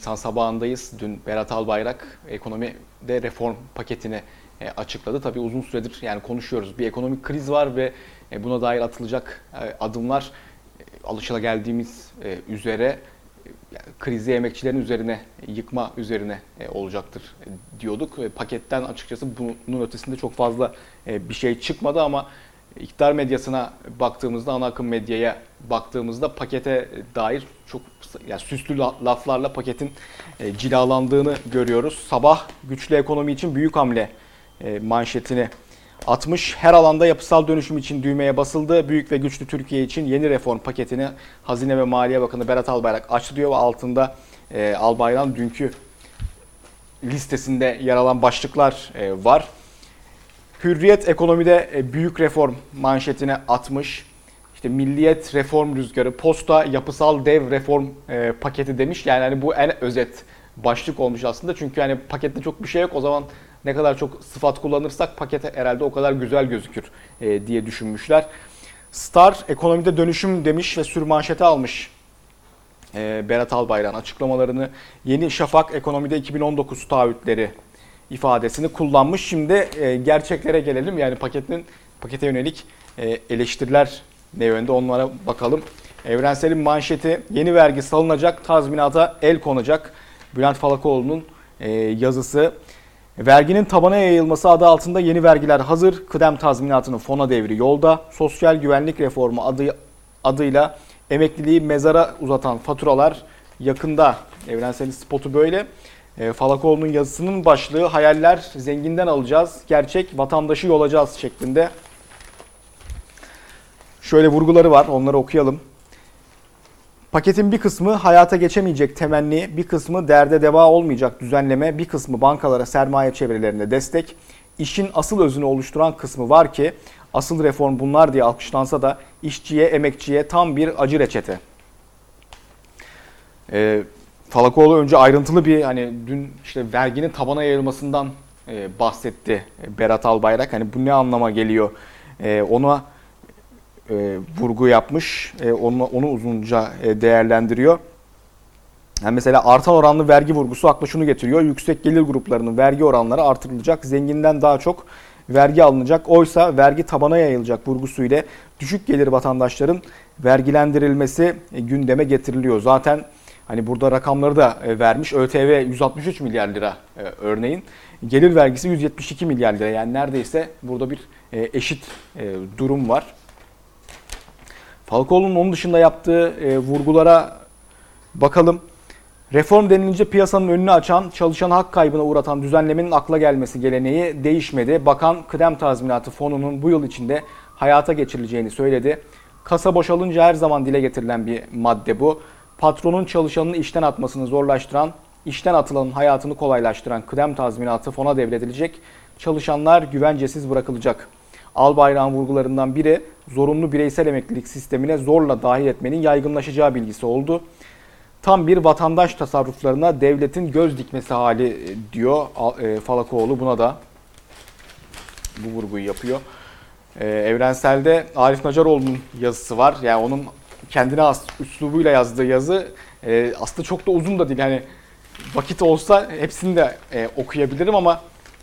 Nisan sabahındayız. Dün Berat Albayrak ekonomide reform paketini açıkladı. Tabii uzun süredir yani konuşuyoruz. Bir ekonomik kriz var ve buna dair atılacak adımlar alışılageldiğimiz üzere krizi emekçilerin üzerine, yıkma üzerine olacaktır diyorduk. Paketten açıkçası bunun ötesinde çok fazla bir şey çıkmadı ama iktidar medyasına baktığımızda, ana akım medyaya baktığımızda pakete dair çok yani süslü laflarla paketin cilalandığını görüyoruz. Sabah güçlü ekonomi için büyük hamle manşetini atmış. Her alanda yapısal dönüşüm için düğmeye basıldı. Büyük ve güçlü Türkiye için yeni reform paketini Hazine ve Maliye Bakanı Berat Albayrak açtı diyor ve altında Albayrak'ın dünkü listesinde yer alan başlıklar var. Hürriyet ekonomide büyük reform manşetine atmış. İşte Milliyet reform rüzgarı, Posta yapısal dev reform paketi demiş. Yani hani bu en özet başlık olmuş aslında. Çünkü hani pakette çok bir şey yok. O zaman ne kadar çok sıfat kullanırsak pakete herhalde o kadar güzel gözükür diye düşünmüşler. Star ekonomide dönüşüm demiş ve sürmanşete almış Berat Albayrak'ın açıklamalarını. Yeni Şafak ekonomide 2019 taahhütleri ifadesini kullanmış. Şimdi gerçeklere gelelim. Yani pakete yönelik eleştiriler ne yönde onlara bakalım. Evrensel'in manşeti yeni vergi salınacak, tazminata el konacak. Bülent Falakoğlu'nun yazısı. Verginin tabana yayılması adı altında yeni vergiler hazır. Kıdem tazminatının fona devri yolda. Sosyal güvenlik reformu adıyla emekliliği mezara uzatan faturalar yakında. Evrensel'in spotu böyle. Falakoğlu'nun yazısının başlığı hayaller zenginden alacağız, gerçek vatandaşı yolacağız şeklinde. Şöyle vurguları var, onları okuyalım. Paketin bir kısmı hayata geçemeyecek temenni, bir kısmı derde deva olmayacak düzenleme, bir kısmı bankalara, sermaye çevrelerine destek. İşin asıl özünü oluşturan kısmı var ki asıl reform bunlar diye alkışlansa da işçiye, emekçiye tam bir acı reçete. Falakoğlu önce ayrıntılı bir hani dün işte verginin tabana yayılmasından bahsetti Berat Albayrak. Hani bu ne anlama geliyor ona vurgu yapmış. Onu uzunca değerlendiriyor. Yani mesela artan oranlı vergi vurgusu akla şunu getiriyor. Yüksek gelir gruplarının vergi oranları artırılacak. Zenginden daha çok vergi alınacak. Oysa vergi tabana yayılacak vurgusuyla düşük gelir vatandaşların vergilendirilmesi gündeme getiriliyor. Zaten hani burada rakamları da vermiş. ÖTV 163 milyar lira örneğin. Gelir vergisi 172 milyar lira. Yani neredeyse burada bir eşit durum var. Falakoğlu'nun onun dışında yaptığı vurgulara bakalım. Reform denilince piyasanın önünü açan, çalışanı hak kaybına uğratan düzenlemenin akla gelmesi geleneği değişmedi. Bakan kıdem tazminatı fonunun bu yıl içinde hayata geçirileceğini söyledi. Kasa boşalınca her zaman dile getirilen bir madde bu. Patronun çalışanını işten atmasını zorlaştıran, işten atılanın hayatını kolaylaştıran kıdem tazminatı fona devredilecek. Çalışanlar güvencesiz bırakılacak. Albayrak'ın vurgularından biri zorunlu bireysel emeklilik sistemine zorla dahil etmenin yaygınlaşacağı bilgisi oldu. Tam bir vatandaş tasarruflarına devletin göz dikmesi hali diyor Falakoğlu. Buna da bu vurguyu yapıyor. Evrensel'de Arif Nacaroğlu'nun yazısı var. Yani onun kendine has üslubuyla yazdığı yazı aslında çok da uzun da değil. Yani vakit olsa hepsini de okuyabilirim ama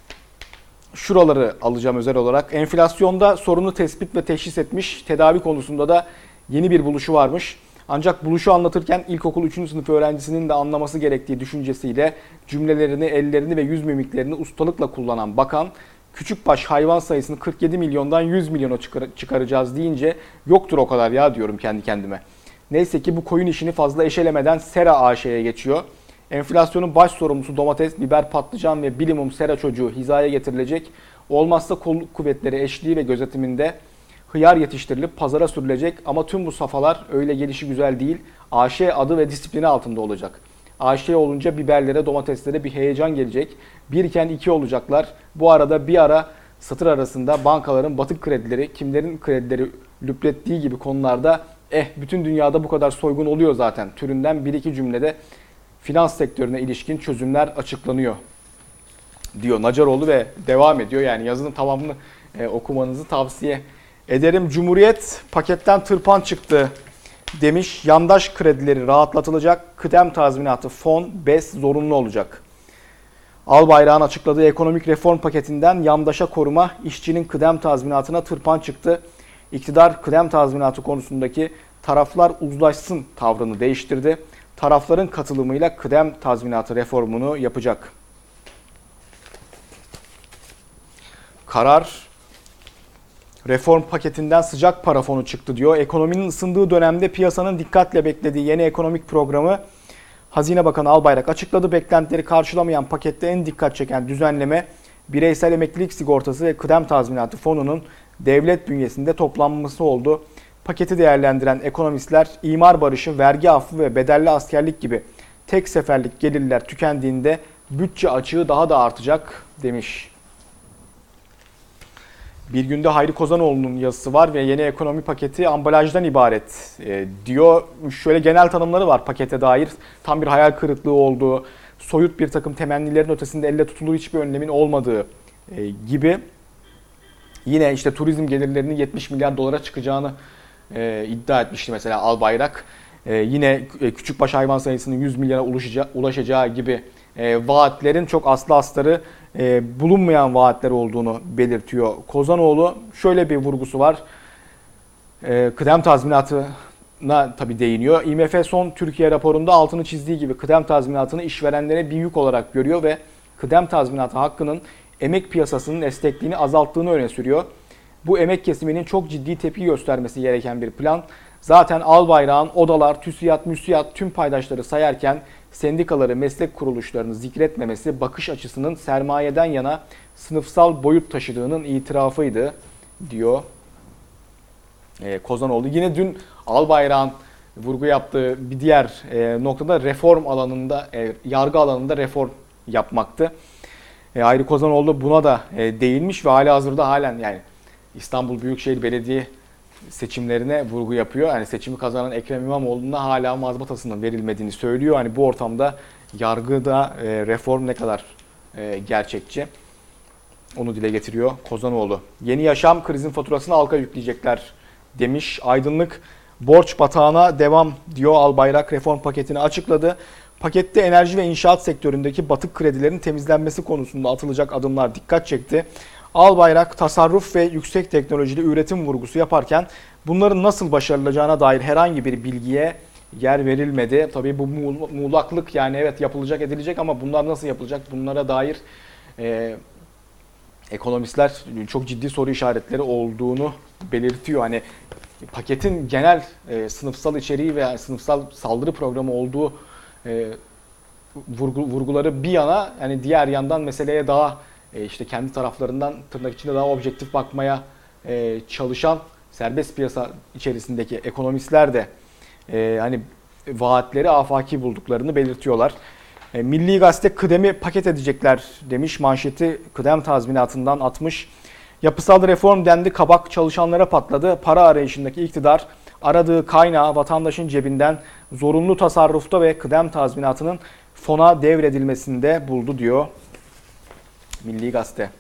şuraları alacağım özel olarak. Enflasyonda sorunu tespit ve teşhis etmiş, tedavi konusunda da yeni bir buluşu varmış. Ancak buluşu anlatırken ilkokul 3. sınıf öğrencisinin de anlaması gerektiği düşüncesiyle cümlelerini, ellerini ve yüz mimiklerini ustalıkla kullanan bakan, küçükbaş hayvan sayısını 47 milyondan 100 milyona çıkaracağız deyince yoktur o kadar ya diyorum kendi kendime. Neyse ki bu koyun işini fazla eşelemeden Sera AŞ'ye geçiyor. Enflasyonun baş sorumlusu domates, biber, patlıcan ve bilimum sera çocuğu hizaya getirilecek. Olmazsa kolluk kuvvetleri eşliği ve gözetiminde hıyar yetiştirilip pazara sürülecek ama tüm bu safhalar öyle gelişi güzel değil. AŞ adı ve disiplini altında olacak. AŞ olunca biberlere, domateslere bir heyecan gelecek. Bir iken iki olacaklar. Bu arada bir ara satır arasında bankaların batık kredileri, kimlerin kredileri lüplettiği gibi konularda bütün dünyada bu kadar soygun oluyor zaten türünden bir iki cümlede finans sektörüne ilişkin çözümler açıklanıyor diyor Nacaroğlu ve devam ediyor. Yani yazının tamamını okumanızı tavsiye ederim. Cumhuriyet paketten tırpan çıktı demiş. Yandaş kredileri rahatlatılacak. Kıdem tazminatı, fon, BES zorunlu olacak. Albayrak'ın açıkladığı ekonomik reform paketinden yandaşa koruma, işçinin kıdem tazminatına tırpan çıktı. İktidar kıdem tazminatı konusundaki taraflar uzlaşsın tavrını değiştirdi. Tarafların katılımıyla kıdem tazminatı reformunu yapacak. Karar reform paketinden sıcak para fonu çıktı diyor. Ekonominin ısındığı dönemde piyasanın dikkatle beklediği yeni ekonomik programı Hazine Bakanı Albayrak açıkladı. Beklentileri karşılamayan pakette en dikkat çeken düzenleme bireysel emeklilik sigortası ve kıdem tazminatı fonunun devlet bünyesinde toplanması oldu. Paketi değerlendiren ekonomistler imar barışı, vergi affı ve bedelli askerlik gibi tek seferlik gelirler tükendiğinde bütçe açığı daha da artacak demiş. Bir günde Hayri Kozanoğlu'nun yazısı var ve yeni ekonomi paketi ambalajdan ibaret diyor. Şöyle genel tanımları var pakete dair. Tam bir hayal kırıklığı olduğu, soyut bir takım temennilerin ötesinde elle tutulur hiçbir önlemin olmadığı gibi. Yine işte turizm gelirlerinin 70 milyar dolara çıkacağını iddia etmişti mesela Albayrak. Yine küçükbaş hayvan sayısının 100 milyona ulaşacağı gibi vaatlerin çok aslı astarı bulunmayan vaatler olduğunu belirtiyor Kozanoğlu. Şöyle bir vurgusu var. Kıdem tazminatına tabii değiniyor. IMF son Türkiye raporunda altını çizdiği gibi kıdem tazminatını işverenlere bir yük olarak görüyor ve kıdem tazminatı hakkının emek piyasasının esnekliğini azalttığını öne sürüyor. Bu emek kesiminin çok ciddi tepki göstermesi gereken bir plan. Zaten Albayrak'ın odalar, TÜSİAD, MÜSİAD tüm paydaşları sayarken sendikaları, meslek kuruluşlarını zikretmemesi bakış açısının sermayeden yana sınıfsal boyut taşıdığının itirafıydı diyor Kozanoğlu. Yine dün Albayrak'ın vurgu yaptığı bir diğer noktada reform alanında, yargı alanında reform yapmaktı. Hayri Kozanoğlu buna da değinmiş ve halihazırda halen yani İstanbul Büyükşehir Belediye seçimlerine vurgu yapıyor. Yani seçimi kazanan Ekrem İmamoğlu'na hala mazbatasının verilmediğini söylüyor. Hani bu ortamda yargıda reform ne kadar gerçekçi onu dile getiriyor Kozanoğlu. Yeni yaşam krizin faturasını halka yükleyecekler demiş. Aydınlık borç batağına devam diyor. Albayrak reform paketini açıkladı. Pakette enerji ve inşaat sektöründeki batık kredilerin temizlenmesi konusunda atılacak adımlar dikkat çekti. Albayrak tasarruf ve yüksek teknolojili üretim vurgusu yaparken bunların nasıl başarılacağına dair herhangi bir bilgiye yer verilmedi. Tabii bu muğlaklık yani evet yapılacak edilecek ama bunlar nasıl yapılacak bunlara dair ekonomistler çok ciddi soru işaretleri olduğunu belirtiyor. Hani paketin genel sınıfsal içeriği ve sınıfsal saldırı programı olduğu vurguları bir yana yani diğer yandan meseleye daha işte kendi taraflarından tırnak içinde daha objektif bakmaya çalışan serbest piyasa içerisindeki ekonomistler de hani vaatleri afaki bulduklarını belirtiyorlar. Milli Gazete kıdemi paket edecekler demiş, manşeti kıdem tazminatından atmış. Yapısal reform dendi, kabak çalışanlara patladı. Para arayışındaki iktidar aradığı kaynağı vatandaşın cebinden zorunlu tasarrufta ve kıdem tazminatının fona devredilmesinde buldu diyor Milli Gazete.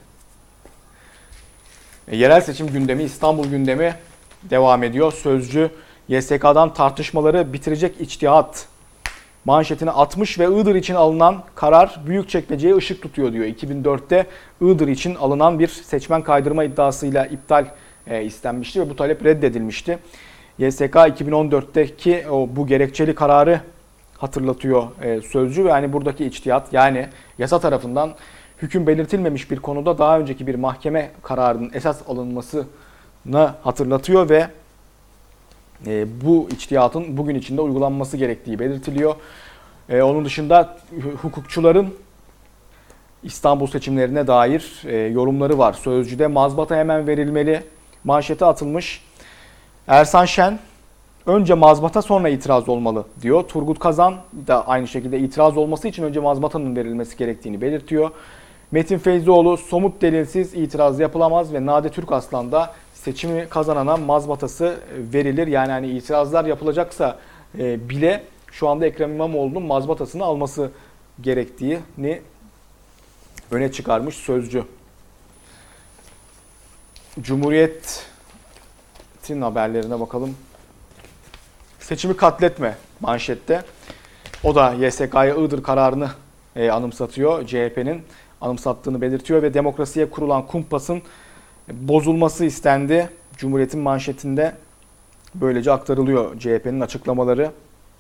Yerel seçim gündemi, İstanbul gündemi devam ediyor. Sözcü YSK'dan tartışmaları bitirecek içtihat manşetini atmış ve Iğdır için alınan karar Büyükçekmece'ye ışık tutuyor diyor. 2004'te Iğdır için alınan bir seçmen kaydırma iddiasıyla iptal istenmişti ve bu talep reddedilmişti. YSK 2014'teki bu gerekçeli kararı hatırlatıyor Sözcü ve yani buradaki içtihat yani yasa tarafından hüküm belirtilmemiş bir konuda daha önceki bir mahkeme kararının esas alınmasını hatırlatıyor ve bu içtihatın bugün içinde uygulanması gerektiği belirtiliyor. Onun dışında hukukçuların İstanbul seçimlerine dair yorumları var. Sözcü'de mazbata hemen verilmeli manşeti atılmış. Ersan Şen önce mazbata sonra itiraz olmalı diyor. Turgut Kazan da aynı şekilde itiraz olması için önce mazbatanın verilmesi gerektiğini belirtiyor. Metin Feyzioğlu somut delilsiz itiraz yapılamaz ve Nade Türkaslan da seçimi kazanana mazbatası verilir. Yani hani itirazlar yapılacaksa bile şu anda Ekrem İmamoğlu'nun mazbatasını alması gerektiğini öne çıkarmış Sözcü. Cumhuriyet'in haberlerine bakalım. seçimi katletme manşette. O da YSK'ya Iğdır kararını anımsatıyor. CHP'nin anımsattığını belirtiyor ve demokrasiye kurulan kumpasın bozulması istendi. Cumhuriyet'in manşetinde böylece aktarılıyor CHP'nin açıklamaları.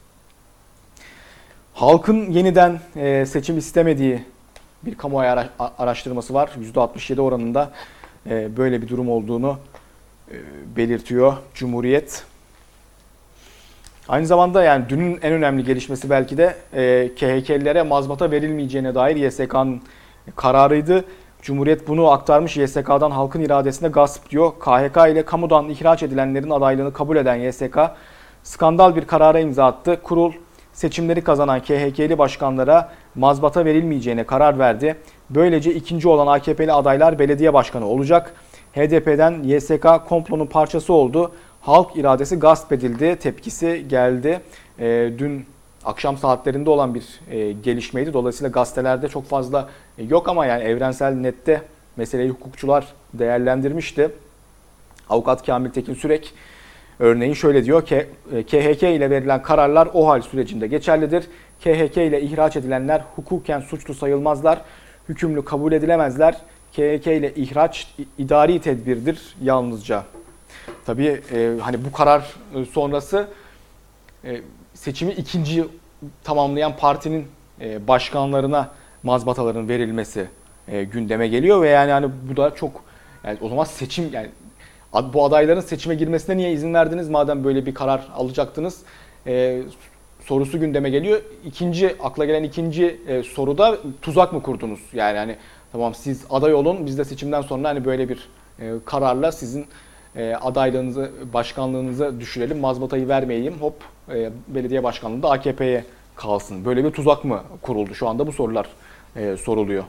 Halkın yeniden seçim istemediği bir kamuoyu araştırması var. %67 oranında böyle bir durum olduğunu belirtiyor Cumhuriyet. Aynı zamanda yani dünün en önemli gelişmesi belki de KHK'lilere mazbata verilmeyeceğine dair YSK'nın kararıydı. Cumhuriyet bunu aktarmış. YSK'dan halkın iradesine gasp diyor. KHK ile kamudan ihraç edilenlerin adaylığını kabul eden YSK skandal bir karara imza attı. Kurul seçimleri kazanan KHK'li başkanlara mazbata verilmeyeceğine karar verdi. Böylece ikinci olan AKP'li adaylar belediye başkanı olacak. HDP'den YSK komplonun parçası oldu. Halk iradesi gasp edildi tepkisi geldi. Dün akşam saatlerinde olan bir gelişmeydi. Dolayısıyla gazetelerde çok fazla yok ama yani Evrensel Net'te meseleyi hukukçular değerlendirmişti. Avukat Kamil Tekin Sürek örneğin şöyle diyor ki KHK ile verilen kararlar OHAL sürecinde geçerlidir. KHK ile ihraç edilenler hukuken suçlu sayılmazlar. Hükümlü kabul edilemezler. KHK ile ihraç idari tedbirdir yalnızca. Tabii hani bu karar sonrası seçimi ikinci tamamlayan partinin başkanlarına mazbataların verilmesi gündeme geliyor ve yani hani bu da çok yani o zaman seçim yani bu adayların seçime girmesine niye izin verdiniz madem böyle bir karar alacaktınız sorusu gündeme geliyor. Akla gelen ikinci soruda tuzak mı kurdunuz? Yani hani tamam siz aday olun biz de seçimden sonra hani böyle bir kararla sizin adaylığınızı, başkanlığınızı düşürelim, mazbatayı vermeyeyim, hop belediye başkanlığı da AKP'ye kalsın. Böyle bir tuzak mı kuruldu? Şu anda bu sorular soruluyor.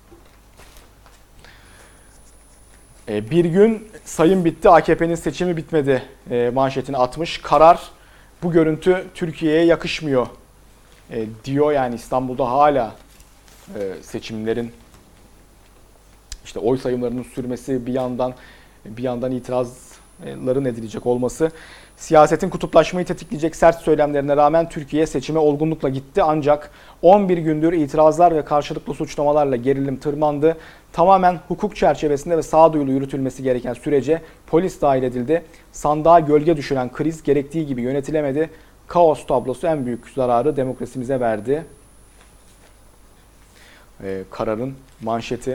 Bir gün sayım bitti, AKP'nin seçimi bitmedi manşetini atmış. Karar, bu görüntü Türkiye'ye yakışmıyor diyor. Yani İstanbul'da hala seçimlerin işte oy sayımlarının sürmesi bir yandan itirazların edilecek olması. Siyasetin kutuplaşmayı tetikleyecek sert söylemlerine rağmen Türkiye seçime olgunlukla gitti. Ancak 11 gündür itirazlar ve karşılıklı suçlamalarla gerilim tırmandı. Tamamen hukuk çerçevesinde ve sağduyulu yürütülmesi gereken sürece polis dahil edildi. Sandığa gölge düşüren kriz gerektiği gibi yönetilemedi. Kaos tablosu en büyük zararı demokrasimize verdi. Kararın manşeti.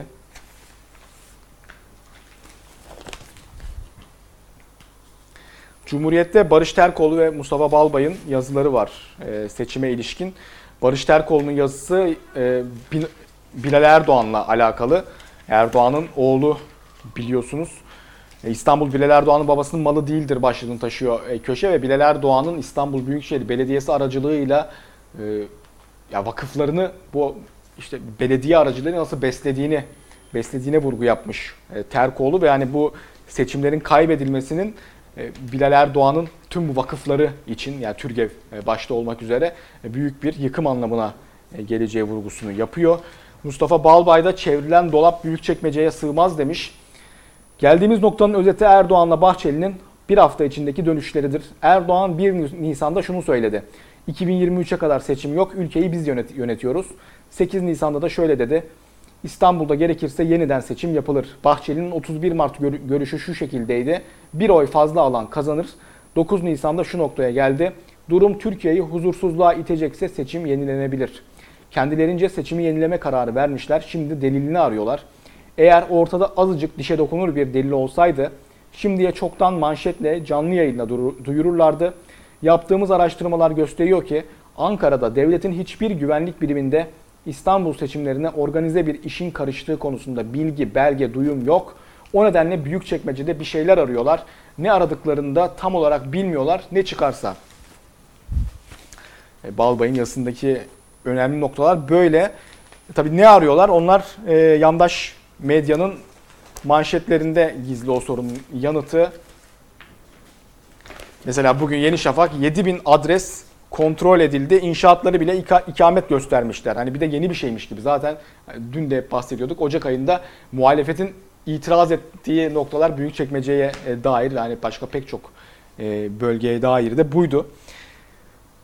Cumhuriyet'te Barış Terkoğlu ve Mustafa Balbay'ın yazıları var seçime ilişkin. Barış Terkoğlu'nun yazısı Bilal Erdoğan'la alakalı. Erdoğan'ın oğlu biliyorsunuz. İstanbul Bilal Erdoğan'ın babasının malı değildir başlığını taşıyor köşe ve Bilal Erdoğan'ın İstanbul Büyükşehir Belediyesi aracılığıyla vakıflarını bu işte belediye aracılığıyla nasıl beslediğine vurgu yapmış Terkoğlu ve yani bu seçimlerin kaybedilmesinin Bilal Erdoğan'ın tüm bu vakıfları için yani TÜRGEV başta olmak üzere büyük bir yıkım anlamına geleceği vurgusunu yapıyor. Mustafa Balbay da çevrilen dolap Büyükçekmece'ye sığmaz demiş. Geldiğimiz noktanın özeti Erdoğan'la Bahçeli'nin bir hafta içindeki dönüşleridir. Erdoğan 1 Nisan'da şunu söyledi. 2023'e kadar seçim yok, ülkeyi biz yönetiyoruz. 8 Nisan'da da şöyle dedi. İstanbul'da gerekirse yeniden seçim yapılır. Bahçeli'nin 31 Mart görüşü şu şekildeydi. Bir oy fazla alan kazanır. 9 Nisan'da şu noktaya geldi. Durum Türkiye'yi huzursuzluğa itecekse seçim yenilenebilir. Kendilerince seçimi yenileme kararı vermişler. Şimdi delilini arıyorlar. Eğer ortada azıcık dişe dokunur bir delil olsaydı şimdiye çoktan manşetle canlı yayında duyururlardı. Yaptığımız araştırmalar gösteriyor ki Ankara'da devletin hiçbir güvenlik biriminde İstanbul seçimlerine organize bir işin karıştığı konusunda bilgi, belge, duyum yok. O nedenle Büyükçekmece'de bir şeyler arıyorlar. Ne aradıklarını da tam olarak bilmiyorlar. Ne çıkarsa. Balbay'ın yazısındaki önemli noktalar böyle. Tabii ne arıyorlar? Onlar yandaş medyanın manşetlerinde gizli o sorunun yanıtı. Mesela bugün Yeni Şafak 7.000 adres kontrol edildi. İnşaatları bile ikamet göstermişler. Hani bir de yeni bir şeymiş gibi. Zaten dün de hep bahsediyorduk. Ocak ayında muhalefetin itiraz ettiği noktalar Büyükçekmece'ye dair yani başka pek çok bölgeye dair de buydu.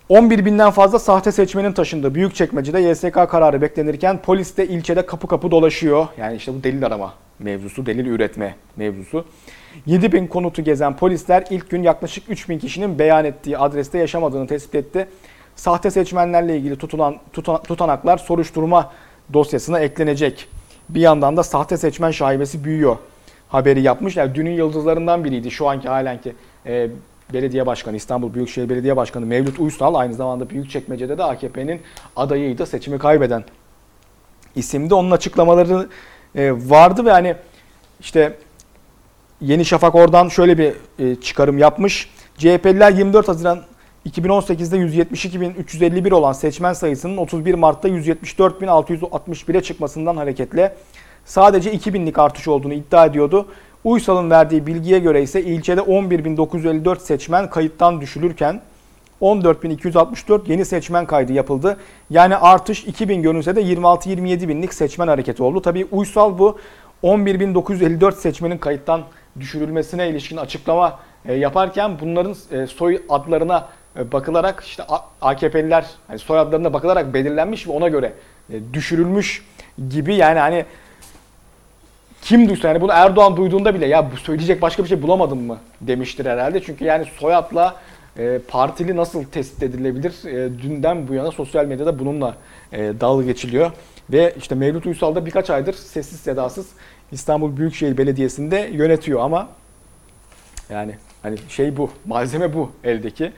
11 binden fazla sahte seçmenin taşındığı Büyükçekmece'de YSK kararı beklenirken polis de ilçede kapı kapı dolaşıyor. Yani işte bu delil arama mevzusu, delil üretme mevzusu. 7 bin konutu gezen polisler ilk gün yaklaşık 3 bin kişinin beyan ettiği adreste yaşamadığını tespit etti. Sahte seçmenlerle ilgili tutanaklar soruşturma dosyasına eklenecek. Bir yandan da sahte seçmen şaibesi büyüyor haberi yapmış. Yani dünün yıldızlarından biriydi şu anki halenki belediye başkanı, İstanbul Büyükşehir Belediye Başkanı Mevlüt Uysal, aynı zamanda Büyükçekmece'de de AKP'nin adayıydı. Seçimi kaybeden isimdi. Onun açıklamaları vardı ve hani işte Yeni Şafak oradan şöyle bir çıkarım yapmış. CHP'liler 24 Haziran 2018'de 172.351 olan seçmen sayısının 31 Mart'ta 174.661'e çıkmasından hareketle sadece 2.000'lik artış olduğunu iddia ediyordu. Uysal'ın verdiği bilgiye göre ise ilçede 11.954 seçmen kayıttan düşülürken 14.264 yeni seçmen kaydı yapıldı. Yani artış 2.000 görünse de 26-27 binlik seçmen hareketi oldu. Tabii Uysal bu 11.954 seçmenin kayıttan düşürülmesine ilişkin açıklama yaparken bunların soy adlarına bakılarak işte AKP'liler hani soyadlarına bakılarak belirlenmiş ve ona göre düşürülmüş gibi, yani hani kim duysa, yani bunu Erdoğan duyduğunda bile ya bu söyleyecek başka bir şey bulamadım mı demiştir herhalde. Çünkü yani soyadla partili nasıl tespit edilebilir? Dünden bu yana sosyal medyada bununla dalga geçiliyor. Ve işte Mevlüt Uysal da birkaç aydır sessiz sedasız İstanbul Büyükşehir Belediyesi'nde yönetiyor ama yani hani şey bu, malzeme bu eldeki.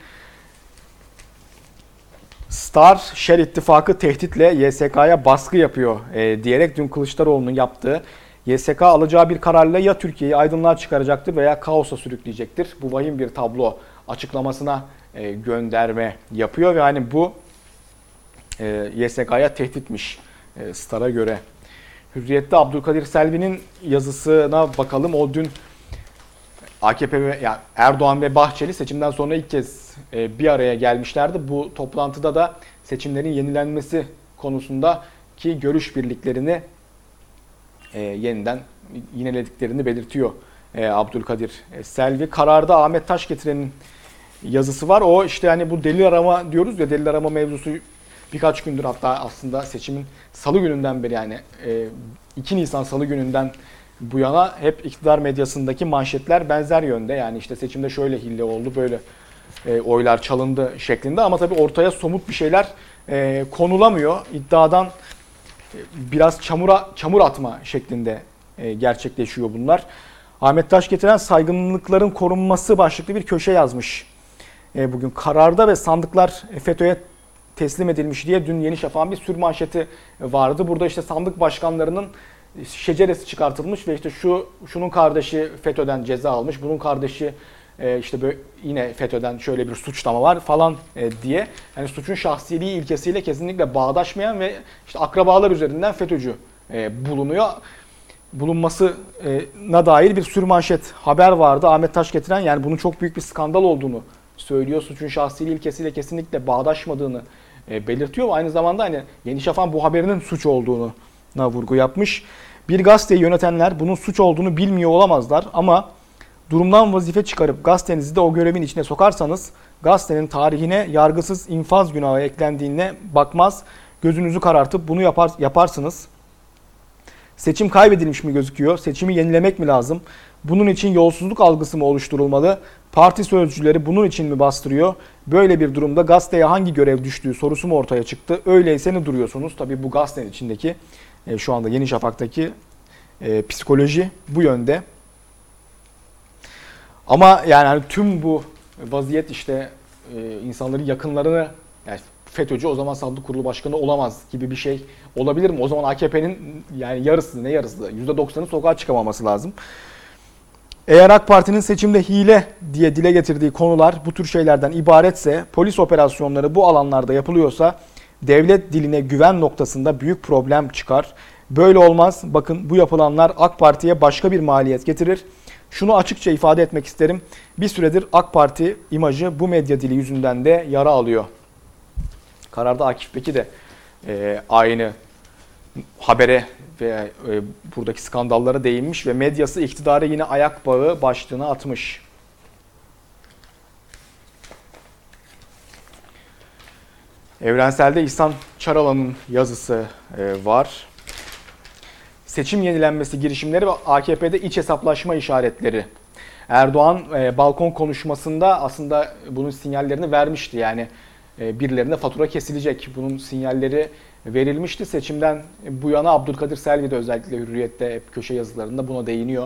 Star, Şer İttifakı tehditle YSK'ya baskı yapıyor diyerek dün Kılıçdaroğlu'nun yaptığı, YSK alacağı bir kararla ya Türkiye'yi aydınlığa çıkaracaktır veya kaosa sürükleyecektir. Bu vahim bir tablo açıklamasına gönderme yapıyor ve hani bu YSK'ya tehditmiş Star'a göre. Hürriyet'te Abdülkadir Selvi'nin yazısına bakalım. O dün AKP ve yani Erdoğan ve Bahçeli seçimden sonra ilk kez bir araya gelmişlerdi. Bu toplantıda da seçimlerin yenilenmesi konusundaki görüş birliklerini yeniden yinelediklerini belirtiyor Abdülkadir Selvi. Kararda Ahmet Taşgetiren'in yazısı var. O işte hani bu delil arama diyoruz ya, delil arama mevzusu birkaç gündür, hatta aslında seçimin salı gününden beri, yani 2 Nisan salı gününden bu yana hep iktidar medyasındaki manşetler benzer yönde. Yani işte seçimde şöyle hile oldu, böyle oylar çalındı şeklinde, ama tabii ortaya somut bir şeyler konulamıyor. İddiadan biraz çamur atma şeklinde gerçekleşiyor bunlar. Ahmet Taşgetiren saygınlıkların korunması başlıklı bir köşe yazmış. Bugün kararda ve sandıklar FETÖ'ye teslim edilmiş diye dün Yeni Şafak'ın bir sürmanşeti vardı. Burada işte sandık başkanlarının şeceresi çıkartılmış ve işte şunun kardeşi FETÖ'den ceza almış, bunun kardeşi işte böyle yine FETÖ'den şöyle bir suçlama var falan diye. Yani suçun şahsiliği ilkesiyle kesinlikle bağdaşmayan ve işte akrabalar üzerinden FETÖ'cü bulunuyor. Bulunmasına dair bir sürmanşet haber vardı. Ahmet Taşgetiren yani bunun çok büyük bir skandal olduğunu söylüyor. Suçun şahsiliği ilkesiyle kesinlikle bağdaşmadığını belirtiyor. Aynı zamanda hani Yeni Şafak'ın bu haberinin suç olduğuna vurgu yapmış. Bir gazeteyi yönetenler bunun suç olduğunu bilmiyor olamazlar ama durumdan vazife çıkarıp gazetenizi de o görevin içine sokarsanız gazetenin tarihine yargısız infaz günahı eklendiğine bakmaz, gözünüzü karartıp bunu yaparsınız. Seçim kaybedilmiş mi gözüküyor? Seçimi yenilemek mi lazım? Bunun için yolsuzluk algısı mı oluşturulmalı? Parti sözcüleri bunun için mi bastırıyor? Böyle bir durumda gazeteye hangi görev düştüğü sorusu mu ortaya çıktı? Öyleyse ne duruyorsunuz? Tabii bu gazetenin içindeki şu anda Yeni Şafak'taki psikoloji bu yönde. Ama yani hani tüm bu vaziyet işte insanların yakınlarını, yani FETÖ'cü o zaman sandık kurulu başkanı olamaz gibi bir şey olabilir mi? O zaman AKP'nin yani yarısı, ne yarısı, %90'ın sokağa çıkamaması lazım. Eğer AK Parti'nin seçimde hile diye dile getirdiği konular bu tür şeylerden ibaretse, polis operasyonları bu alanlarda yapılıyorsa devlet diline güven noktasında büyük problem çıkar. Böyle olmaz. Bakın bu yapılanlar AK Parti'ye başka bir maliyet getirir. Şunu açıkça ifade etmek isterim. Bir süredir AK Parti imajı bu medya dili yüzünden de yara alıyor. Kararda Akif Beki de aynı habere ve buradaki skandallara değinmiş ve medyası iktidara yine ayak bağı başlığını atmış. Evrensel'de İhsan Çaralan'ın yazısı var. Seçim yenilenmesi girişimleri ve AKP'de iç hesaplaşma işaretleri. Erdoğan balkon konuşmasında aslında bunun sinyallerini vermişti. Yani birilerine fatura kesilecek. Bunun sinyalleri verilmişti. Seçimden bu yana Abdülkadir Selvi de özellikle Hürriyet'te hep köşe yazılarında buna değiniyor.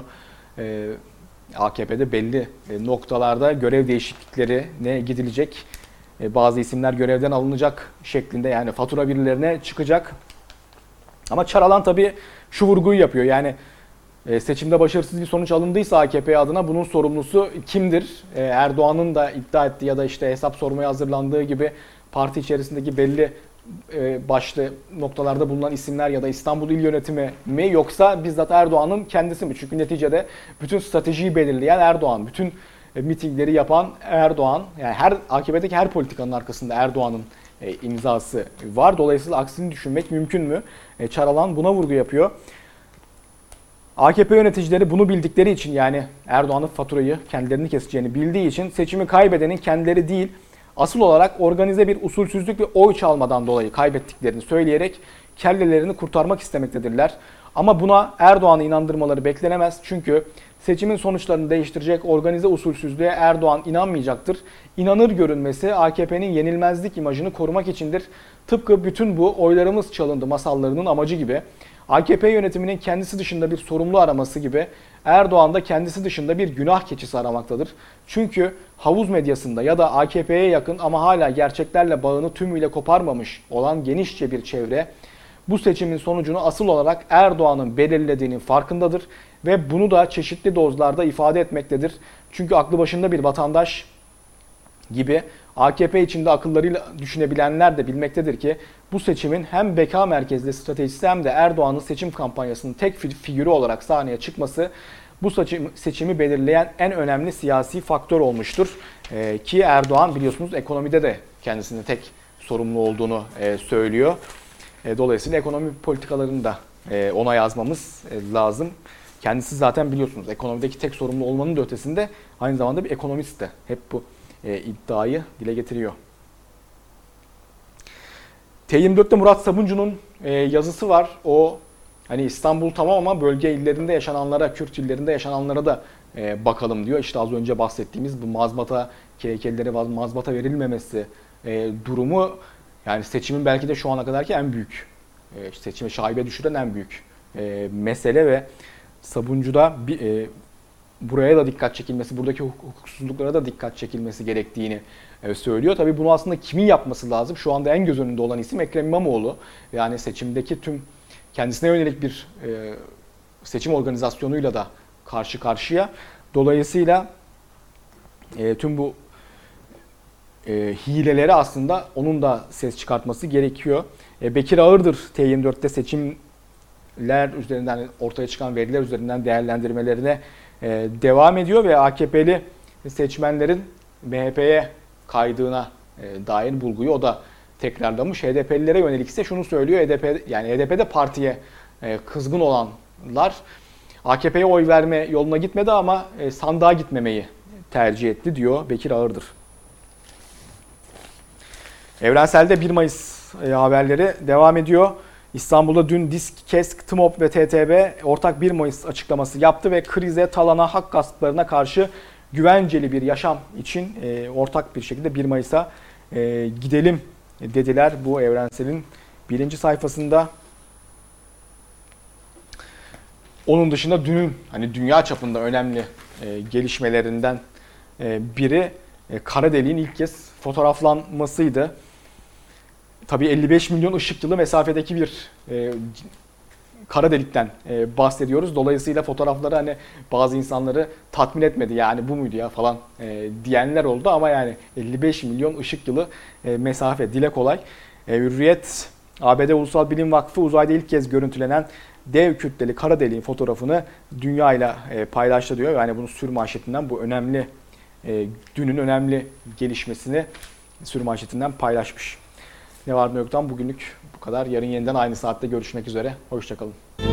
AKP'de belli noktalarda görev değişikliklerine gidilecek. Bazı isimler görevden alınacak şeklinde, yani fatura birilerine çıkacak. Ama Çaralan tabii şu vurguyu yapıyor. Yani seçimde başarısız bir sonuç alındıysa AKP adına bunun sorumlusu kimdir? Erdoğan'ın da iddia ettiği ya da işte hesap sormaya hazırlandığı gibi parti içerisindeki belli başlı noktalarda bulunan isimler ya da İstanbul İl Yönetimi mi, yoksa bizzat Erdoğan'ın kendisi mi? Çünkü neticede bütün stratejiyi belirleyen Erdoğan, bütün mitingleri yapan Erdoğan. Yani AKP'deki her politikanın arkasında Erdoğan'ın imzası var. Dolayısıyla aksini düşünmek mümkün mü? Çaralan buna vurgu yapıyor. AKP yöneticileri bunu bildikleri için, yani Erdoğan'ın faturayı kendilerini keseceğini bildiği için seçimi kaybedenin kendileri değil, asıl olarak organize bir usulsüzlük ve oy çalmadan dolayı kaybettiklerini söyleyerek kellelerini kurtarmak istemektedirler. Ama buna Erdoğan'ı inandırmaları beklenemez. Çünkü seçimin sonuçlarını değiştirecek organize usulsüzlüğe Erdoğan inanmayacaktır. İnanır görünmesi AKP'nin yenilmezlik imajını korumak içindir. Tıpkı bütün bu oylarımız çalındı masallarının amacı gibi. AKP yönetiminin kendisi dışında bir sorumlu araması gibi Erdoğan da kendisi dışında bir günah keçisi aramaktadır. Çünkü havuz medyasında ya da AKP'ye yakın ama hala gerçeklerle bağını tümüyle koparmamış olan genişçe bir çevre bu seçimin sonucunu asıl olarak Erdoğan'ın belirlediğinin farkındadır ve bunu da çeşitli dozlarda ifade etmektedir. Çünkü aklı başında bir vatandaş gibi AKP içinde akıllarıyla düşünebilenler de bilmektedir ki bu seçimin hem beka merkezli stratejisi hem de Erdoğan'ın seçim kampanyasının tek figürü olarak sahneye çıkması bu seçimi belirleyen en önemli siyasi faktör olmuştur. Ki Erdoğan biliyorsunuz ekonomide de kendisinin tek sorumlu olduğunu söylüyor. Dolayısıyla ekonomi politikalarını da ona yazmamız lazım. Kendisi zaten biliyorsunuz ekonomideki tek sorumlu olmanın da ötesinde aynı zamanda bir ekonomist de. Hep bu iddiayı dile getiriyor. T24'te Murat Sabuncu'nun yazısı var. O hani İstanbul tamam ama bölge illerinde yaşananlara, Kürt illerinde yaşananlara da bakalım diyor. İşte az önce bahsettiğimiz bu mazbata, KHK'lilere mazbata verilmemesi durumu, yani seçimin belki de şu ana kadarki en büyük, seçime şaibe düşüren en büyük mesele ve Sabuncu'da buraya da dikkat çekilmesi, buradaki hukuksuzluklara da dikkat çekilmesi gerektiğini söylüyor. Tabii bunu aslında kimin yapması lazım? Şu anda en göz önünde olan isim Ekrem İmamoğlu. Yani seçimdeki tüm kendisine yönelik bir seçim organizasyonuyla da karşı karşıya. Dolayısıyla tüm bu hileleri aslında onun da ses çıkartması gerekiyor. Bekir Ağırdır T24'te seçimler üzerinden ortaya çıkan veriler üzerinden değerlendirmelerine devam ediyor ve AKP'li seçmenlerin MHP'ye kaydığına dair bulguyu o da tekrarlamış. HDP'lilere yönelik ise şunu söylüyor. HDP'de partiye kızgın olanlar AKP'ye oy verme yoluna gitmedi ama sandığa gitmemeyi tercih etti diyor Bekir Ağırdır. Evrensel'de 1 Mayıs haberleri devam ediyor. İstanbul'da dün DİSK, KESK, TMOB ve TTB ortak 1 Mayıs açıklaması yaptı ve krize, talana, hak gasplarına karşı güvenceli bir yaşam için ortak bir şekilde 1 Mayıs'a gidelim dediler. Bu Evrensel'in 1. sayfasında. Onun dışında dünün hani dünya çapında önemli gelişmelerinden biri kara deliğin ilk kez fotoğraflanmasıydı. Tabii 55 milyon ışık yılı mesafedeki bir kara delikten bahsediyoruz. Dolayısıyla fotoğrafları hani bazı insanları tatmin etmedi. Yani bu muydu ya falan diyenler oldu ama yani 55 milyon ışık yılı mesafe, dile kolay. Hürriyet, ABD Ulusal Bilim Vakfı uzayda ilk kez görüntülenen dev kütleli kara deliğin fotoğrafını dünyayla paylaştı diyor. Yani bunu sürmanşetinden bu önemli dünün önemli gelişmesini sürmanşetinden paylaşmış. Ne var ne yoktan bugünlük bu kadar. Yarın yeniden aynı saatte görüşmek üzere. Hoşça kalın.